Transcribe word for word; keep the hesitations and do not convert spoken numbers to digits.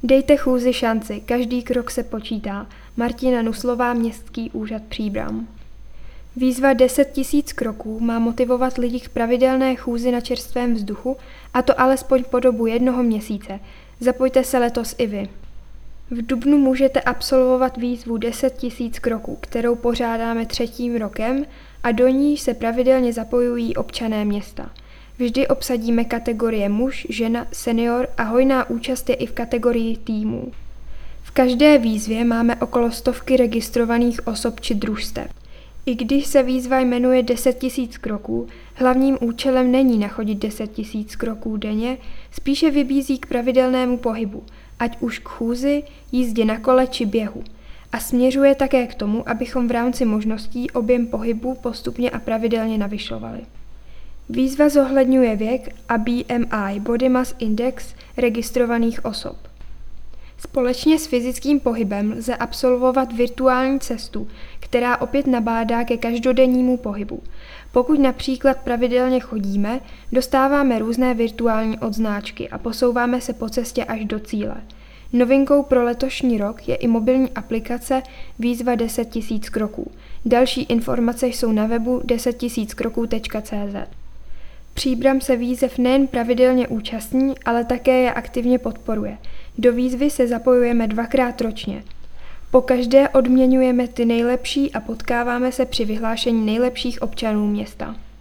Dejte chůzi šanci, každý krok se počítá. Martina Nuslová, Městský úřad Příbram. Výzva deset tisíc kroků má motivovat lidi k pravidelné chůzi na čerstvém vzduchu, a to alespoň po dobu jednoho měsíce. Zapojte se letos i vy. V dubnu můžete absolvovat výzvu deset tisíc kroků, kterou pořádáme třetím rokem a do ní se pravidelně zapojují občané města. Vždy obsadíme kategorie muž, žena, senior a hojná účast je i v kategorii týmů. V každé výzvě máme okolo stovky registrovaných osob či družstev. I když se výzva jmenuje deset tisíc kroků, hlavním účelem není nachodit deset tisíc kroků denně, spíše vybízí k pravidelnému pohybu, ať už k chůzi, jízdě na kole či běhu. A směřuje také k tomu, abychom v rámci možností objem pohybu postupně a pravidelně navyšovali. Výzva zohledňuje věk a B M I, Body Mass Index, registrovaných osob. Společně s fyzickým pohybem lze absolvovat virtuální cestu, která opět nabádá ke každodennímu pohybu. Pokud například pravidelně chodíme, dostáváme různé virtuální odznáčky a posouváme se po cestě až do cíle. Novinkou pro letošní rok je i mobilní aplikace Výzva deset tisíc kroků. Další informace jsou na webu deset tisíc kroků tečka cé zet. Příbram se výzev nejen pravidelně účastní, ale také je aktivně podporuje. Do výzvy se zapojujeme dvakrát ročně. Po každé odměňujeme ty nejlepší a potkáváme se při vyhlášení nejlepších občanů města.